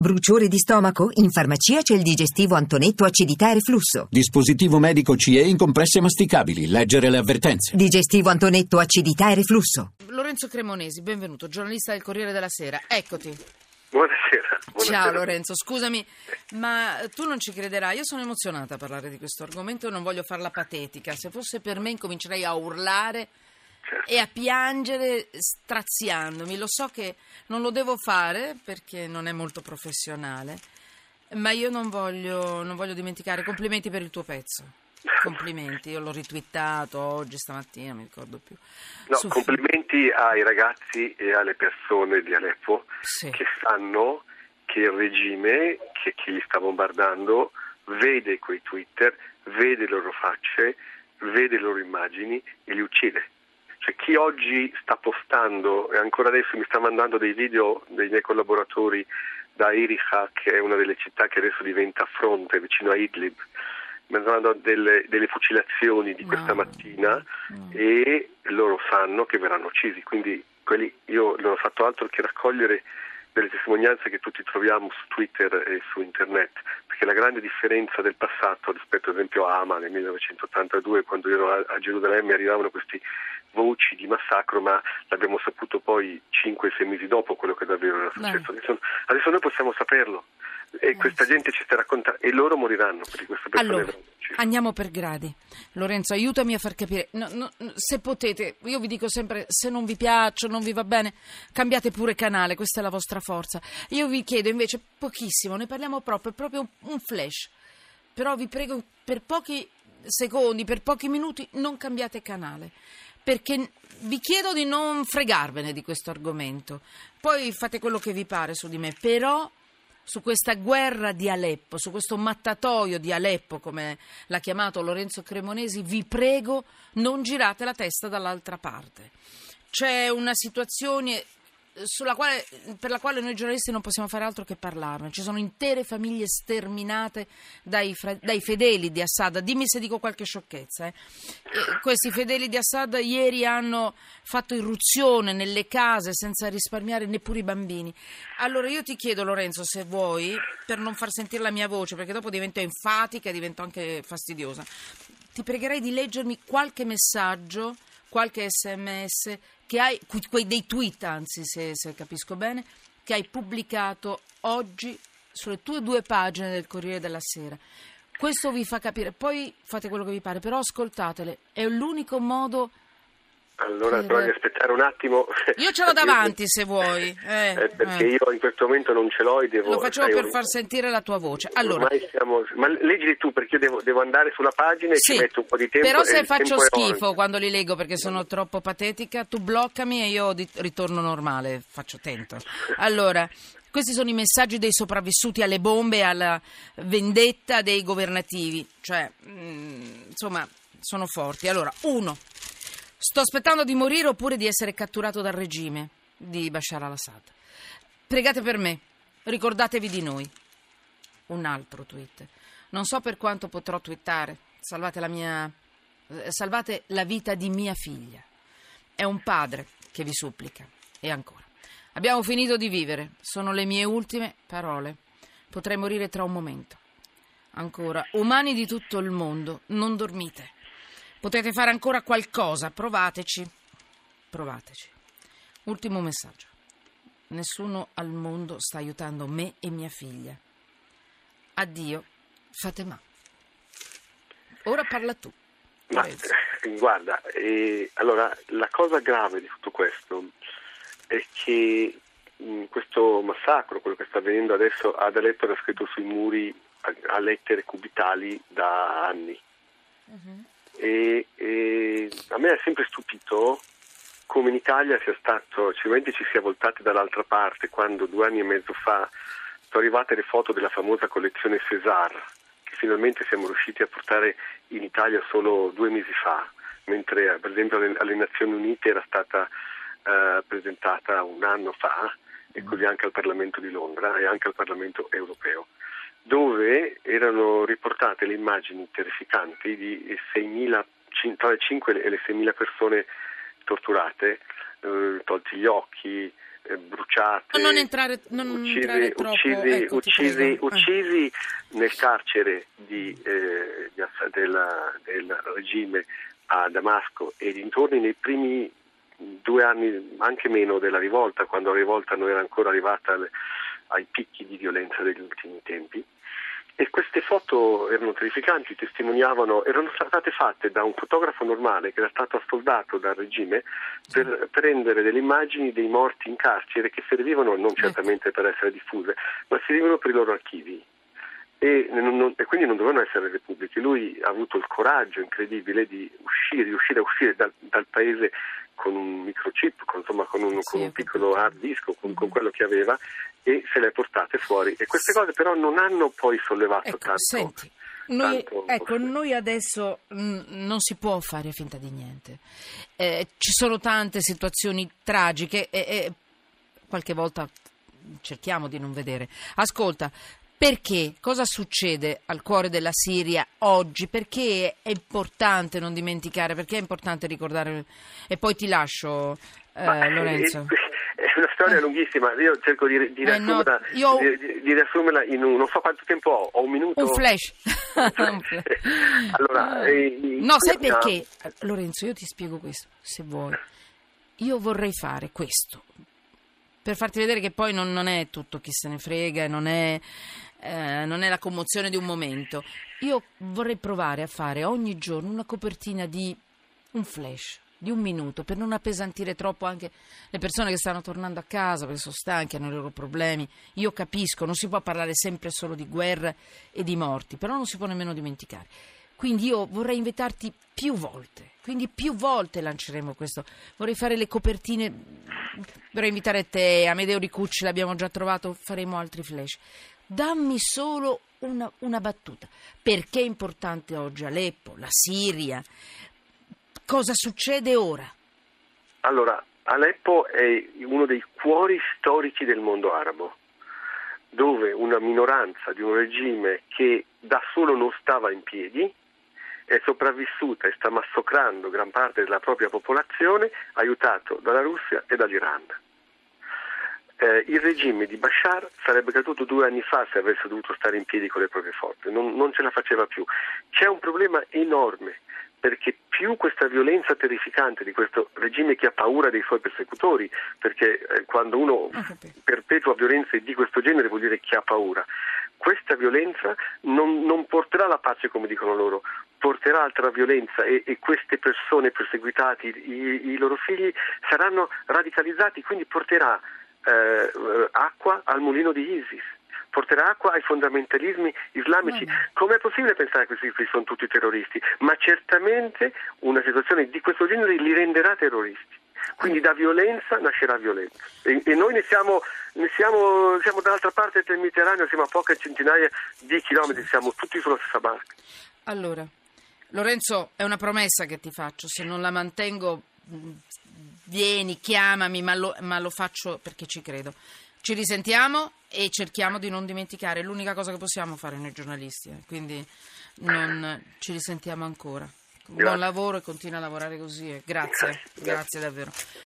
Bruciore di stomaco? In farmacia c'è il digestivo Antonetto acidità e reflusso. Dispositivo medico CE in compresse masticabili. Leggere le avvertenze. Digestivo Antonetto acidità e reflusso. Lorenzo Cremonesi, benvenuto, giornalista del Corriere della Sera. Eccoti. Buonasera. Ciao Lorenzo, scusami, ma tu non ci crederai, io sono emozionata a parlare di questo argomento e non voglio farla patetica. Se fosse per me incomincerei a urlare e a piangere straziandomi. Lo so che non lo devo fare perché non è molto professionale, ma io non voglio dimenticare. Complimenti per il tuo pezzo. Complimenti, io l'ho ritwittato oggi, stamattina, mi ricordo più. No, complimenti ai ragazzi e alle persone di Aleppo, sì, che sanno che il regime che li sta bombardando vede quei Twitter, vede le loro facce, vede le loro immagini e li uccide. Cioè, chi oggi sta postando, e ancora adesso mi sta mandando dei video dei miei collaboratori da Ericha, che è una delle città che adesso diventa fronte vicino a Idlib, mi stanno mandando delle fucilazioni di questa mattina e loro sanno che verranno uccisi. Quindi io non ho fatto altro che raccogliere delle testimonianze che tutti troviamo su Twitter e su internet, perché la grande differenza del passato rispetto ad esempio a Hama nel 1982, quando io ero a Gerusalemme, arrivavano questi voci di massacro, ma l'abbiamo saputo poi 5-6 mesi dopo quello che davvero era successo. Adesso noi possiamo saperlo e questa gente ci sta raccontando e loro moriranno perché queste persone. Allora, andiamo per gradi. Lorenzo, aiutami a far capire. Se potete, io vi dico sempre, se non vi piaccio, non vi va bene, cambiate pure canale, questa è la vostra forza. Io vi chiedo invece pochissimo, ne parliamo proprio un flash. Però vi prego, per pochi secondi, per pochi minuti, non cambiate canale. Perché vi chiedo di non fregarvene di questo argomento. Poi fate quello che vi pare su di me, però su questa guerra di Aleppo, su questo mattatoio di Aleppo, come l'ha chiamato Lorenzo Cremonesi, vi prego, non girate la testa dall'altra parte. C'è una situazione per la quale noi giornalisti non possiamo fare altro che parlarne. Ci sono intere famiglie sterminate dai fedeli di Assad. Dimmi se dico qualche sciocchezza. Questi fedeli di Assad ieri hanno fatto irruzione nelle case senza risparmiare neppure i bambini. Allora io ti chiedo, Lorenzo, se vuoi, per non far sentire la mia voce, perché dopo divento enfatica e divento anche fastidiosa, ti pregherei di leggermi qualche messaggio, qualche sms che hai, dei tweet, anzi, se capisco bene, che hai pubblicato oggi sulle tue 2 pagine del Corriere della Sera. Questo vi fa capire, poi fate quello che vi pare, però ascoltatele, è l'unico modo. Allora però devi aspettare un attimo. Io ce l'ho davanti se vuoi. Perché io in questo momento non ce l'ho e devo. Lo facevo per far sentire la tua voce. Allora, ma leggili tu, perché io devo andare sulla pagina e ci metto un po' di tempo. Però se faccio schifo quando li leggo perché sono troppo patetica, tu bloccami e io ritorno normale, faccio tento. Allora, questi sono i messaggi dei sopravvissuti alle bombe e alla vendetta dei governativi. Cioè, insomma, sono forti. Allora, 1. Sto aspettando di morire oppure di essere catturato dal regime di Bashar al-Assad. Pregate per me, ricordatevi di noi. Un altro tweet. Non so per quanto potrò twittare. Salvate la vita di mia figlia. È un padre che vi supplica. E ancora. Abbiamo finito di vivere. Sono le mie ultime parole. Potrei morire tra un momento. Ancora. Umani di tutto il mondo, non dormite. Potete fare ancora qualcosa, provateci. Ultimo messaggio. Nessuno al mondo sta aiutando me e mia figlia. Addio, Fatemah. Ora parla tu. Guarda, allora la cosa grave di tutto questo è che questo massacro, quello che sta avvenendo adesso ad Aleppo, era scritto sui muri a lettere cubitali da anni. Uh-huh. E a me è sempre stupito come in Italia sia stato, sicuramente ci sia voltati dall'altra parte, quando 2 anni e mezzo fa sono arrivate le foto della famosa collezione César, che finalmente siamo riusciti a portare in Italia solo 2 mesi fa, mentre per esempio alle Nazioni Unite era stata presentata 1 anno fa, e così anche al Parlamento di Londra e anche al Parlamento europeo, dove erano riportate le immagini terrificanti di 6.000, tra le 5 e le 6.000 persone torturate, tolti gli occhi, bruciate, non entrare troppo, uccisi nel carcere del regime a Damasco e dintorni nei primi 2 anni, anche meno, della rivolta, quando la rivolta non era ancora arrivata ai picchi di violenza degli ultimi tempi. E queste foto erano terrificanti, testimoniavano, erano state fatte da un fotografo normale che era stato assoldato dal regime per prendere delle immagini dei morti in carcere che servivano non certamente per essere diffuse, ma servivano per i loro archivi. E quindi non dovevano essere repubbliche. Lui ha avuto il coraggio incredibile di riuscire a uscire dal paese con un microchip, con un piccolo hard disk, con quello che aveva, e se le ha portate fuori. E queste cose però non hanno poi sollevato tanto. Senti, noi adesso non si può fare finta di niente. Ci sono tante situazioni tragiche e qualche volta cerchiamo di non vedere. Ascolta, perché? Cosa succede al cuore della Siria oggi? Perché è importante non dimenticare? Perché è importante ricordare? E poi ti lascio, Lorenzo. È una storia lunghissima, io cerco di riassumerla in non so quanto tempo ho, un minuto. Un flash. Allora, no, sai perché? Lorenzo, io ti spiego questo, se vuoi. Io vorrei fare questo, per farti vedere che poi non è tutto chi se ne frega, non è la commozione di un momento. Io vorrei provare a fare ogni giorno una copertina di un flash, di 1 minuto, per non appesantire troppo anche le persone che stanno tornando a casa perché sono stanche, hanno i loro problemi. Io capisco, non si può parlare sempre solo di guerra e di morti, però non si può nemmeno dimenticare. Quindi io vorrei invitarti più volte lanceremo questo. Vorrei fare le copertine, vorrei invitare te, Amedeo Ricucci, l'abbiamo già trovato, faremo altri flash. Dammi solo una battuta. Perché è importante oggi Aleppo, la Siria? Cosa succede ora? Allora, Aleppo è uno dei cuori storici del mondo arabo, dove una minoranza di un regime che da solo non stava in piedi è sopravvissuta e sta massacrando gran parte della propria popolazione, aiutato dalla Russia e dall'Iran. Il regime di Bashar sarebbe caduto 2 anni fa se avesse dovuto stare in piedi con le proprie forze, non ce la faceva più. C'è un problema enorme, perché più questa violenza terrificante di questo regime che ha paura dei suoi persecutori, perché quando uno perpetua violenze di questo genere vuol dire che ha paura, questa violenza non porterà alla pace, come dicono loro, porterà altra violenza e queste persone perseguitate, i loro figli saranno radicalizzati, quindi porterà acqua al mulino di ISIS, porterà acqua ai fondamentalismi islamici. Com'è possibile pensare che questi sono tutti terroristi? Ma certamente una situazione di questo genere li renderà terroristi. Quindi da violenza nascerà violenza. E noi siamo dall'altra parte del Mediterraneo, siamo a poche centinaia di chilometri, siamo tutti sulla stessa barca. Allora, Lorenzo, è una promessa che ti faccio, se non la mantengo vieni, chiamami, ma lo faccio perché ci credo. Ci risentiamo e cerchiamo di non dimenticare, è l'unica cosa che possiamo fare noi giornalisti, quindi ci risentiamo ancora. Buon lavoro e continua a lavorare così. Grazie davvero.